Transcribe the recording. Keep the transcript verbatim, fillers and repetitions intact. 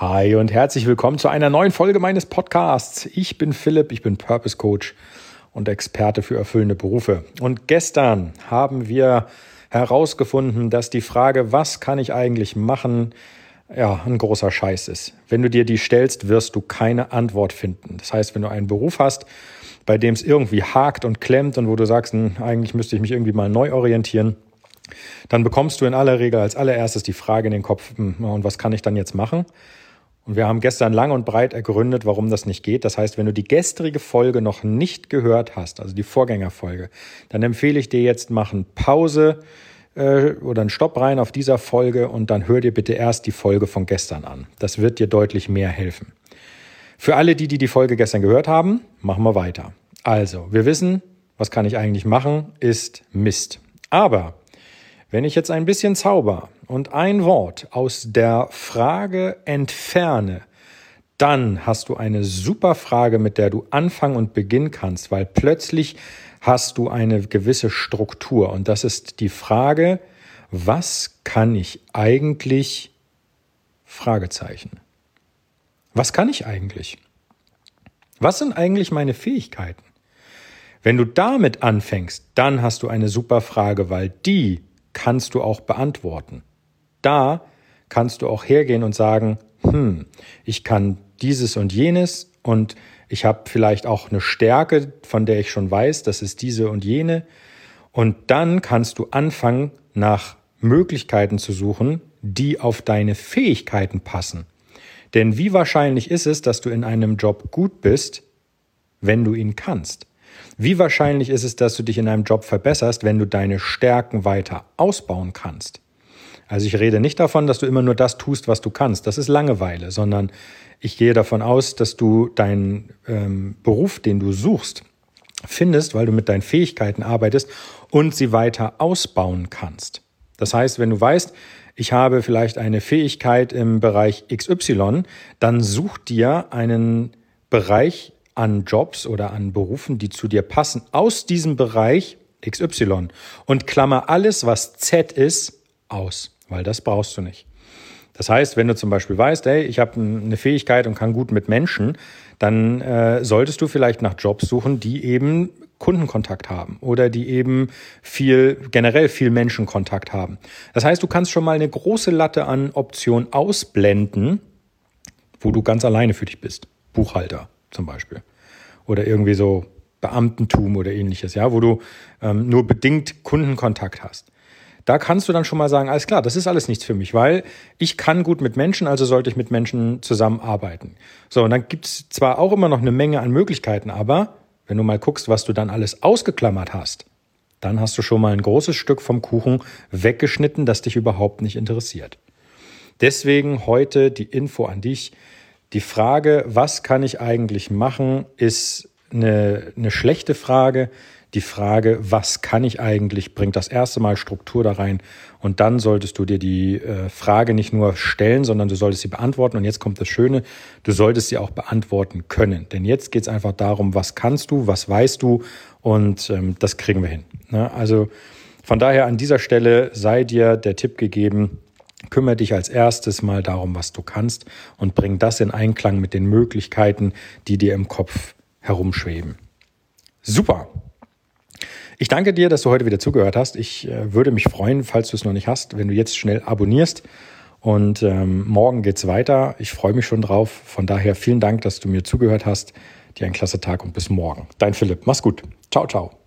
Hi und herzlich willkommen zu einer neuen Folge meines Podcasts. Ich bin Philipp, ich bin Purpose Coach und Experte für erfüllende Berufe. Und gestern haben wir herausgefunden, dass die Frage, was kann ich eigentlich machen, ja, ein großer Scheiß ist. Wenn du dir die stellst, wirst du keine Antwort finden. Das heißt, wenn du einen Beruf hast, bei dem es irgendwie hakt und klemmt und wo du sagst, hm, eigentlich müsste ich mich irgendwie mal neu orientieren, dann bekommst du in aller Regel als allererstes die Frage in den Kopf, hm, und was kann ich dann jetzt machen? Und wir haben gestern lang und breit ergründet, warum das nicht geht. Das heißt, wenn du die gestrige Folge noch nicht gehört hast, also die Vorgängerfolge, dann empfehle ich dir jetzt, mach eine Pause äh, oder einen Stopp rein auf dieser Folge und dann hör dir bitte erst die Folge von gestern an. Das wird dir deutlich mehr helfen. Für alle, die, die die Folge gestern gehört haben, machen wir weiter. Also, wir wissen, was kann ich eigentlich machen, ist Mist. Aber wenn ich jetzt ein bisschen zauber und ein Wort aus der Frage entferne, dann hast du eine super Frage, mit der du anfangen und beginnen kannst, weil plötzlich hast du eine gewisse Struktur. Und das ist die Frage, was kann ich eigentlich? Fragezeichen. Was kann ich eigentlich? Was sind eigentlich meine Fähigkeiten? Wenn du damit anfängst, dann hast du eine super Frage, weil die kannst du auch beantworten. Da kannst du auch hergehen und sagen, hm, ich kann dieses und jenes und ich habe vielleicht auch eine Stärke, von der ich schon weiß, das ist diese und jene. Und dann kannst du anfangen, nach Möglichkeiten zu suchen, die auf deine Fähigkeiten passen. Denn wie wahrscheinlich ist es, dass du in einem Job gut bist, wenn du ihn kannst? Wie wahrscheinlich ist es, dass du dich in einem Job verbesserst, wenn du deine Stärken weiter ausbauen kannst? Also ich rede nicht davon, dass du immer nur das tust, was du kannst. Das ist Langeweile, sondern ich gehe davon aus, dass du deinen ähm, Beruf, den du suchst, findest, weil du mit deinen Fähigkeiten arbeitest und sie weiter ausbauen kannst. Das heißt, wenn du weißt, ich habe vielleicht eine Fähigkeit im Bereich X Y, dann such dir einen Bereich an Jobs oder an Berufen, die zu dir passen, aus diesem Bereich X Y und klammer alles, was Z ist, aus, weil das brauchst du nicht. Das heißt, wenn du zum Beispiel weißt, hey, ich habe eine Fähigkeit und kann gut mit Menschen, dann äh, solltest du vielleicht nach Jobs suchen, die eben Kundenkontakt haben oder die eben viel, generell viel Menschenkontakt haben. Das heißt, du kannst schon mal eine große Latte an Optionen ausblenden, wo du ganz alleine für dich bist. Buchhalter zum Beispiel. Oder irgendwie so Beamtentum oder ähnliches, ja, wo du ähm, nur bedingt Kundenkontakt hast. Da kannst du dann schon mal sagen, alles klar, das ist alles nichts für mich, weil ich kann gut mit Menschen, also sollte ich mit Menschen zusammenarbeiten. So, und dann gibt es zwar auch immer noch eine Menge an Möglichkeiten, aber wenn du mal guckst, was du dann alles ausgeklammert hast, dann hast du schon mal ein großes Stück vom Kuchen weggeschnitten, das dich überhaupt nicht interessiert. Deswegen heute die Info an dich. Die Frage, was kann ich eigentlich machen, ist eine, eine schlechte Frage. Die Frage, was kann ich eigentlich, bringt das erste Mal Struktur da rein. Und dann solltest du dir die äh, Frage nicht nur stellen, sondern du solltest sie beantworten. Und jetzt kommt das Schöne, du solltest sie auch beantworten können. Denn jetzt geht es einfach darum, was kannst du, was weißt du und ähm, das kriegen wir hin. Ne? Also von daher an dieser Stelle sei dir der Tipp gegeben, kümmere dich als erstes mal darum, was du kannst und bring das in Einklang mit den Möglichkeiten, die dir im Kopf herumschweben. Super! Ich danke dir, dass du heute wieder zugehört hast. Ich äh, würde mich freuen, falls du es noch nicht hast, wenn du jetzt schnell abonnierst. Und ähm, morgen geht's weiter. Ich freue mich schon drauf. Von daher vielen Dank, dass du mir zugehört hast. Dir einen klasse Tag und bis morgen. Dein Philipp. Mach's gut. Ciao, ciao.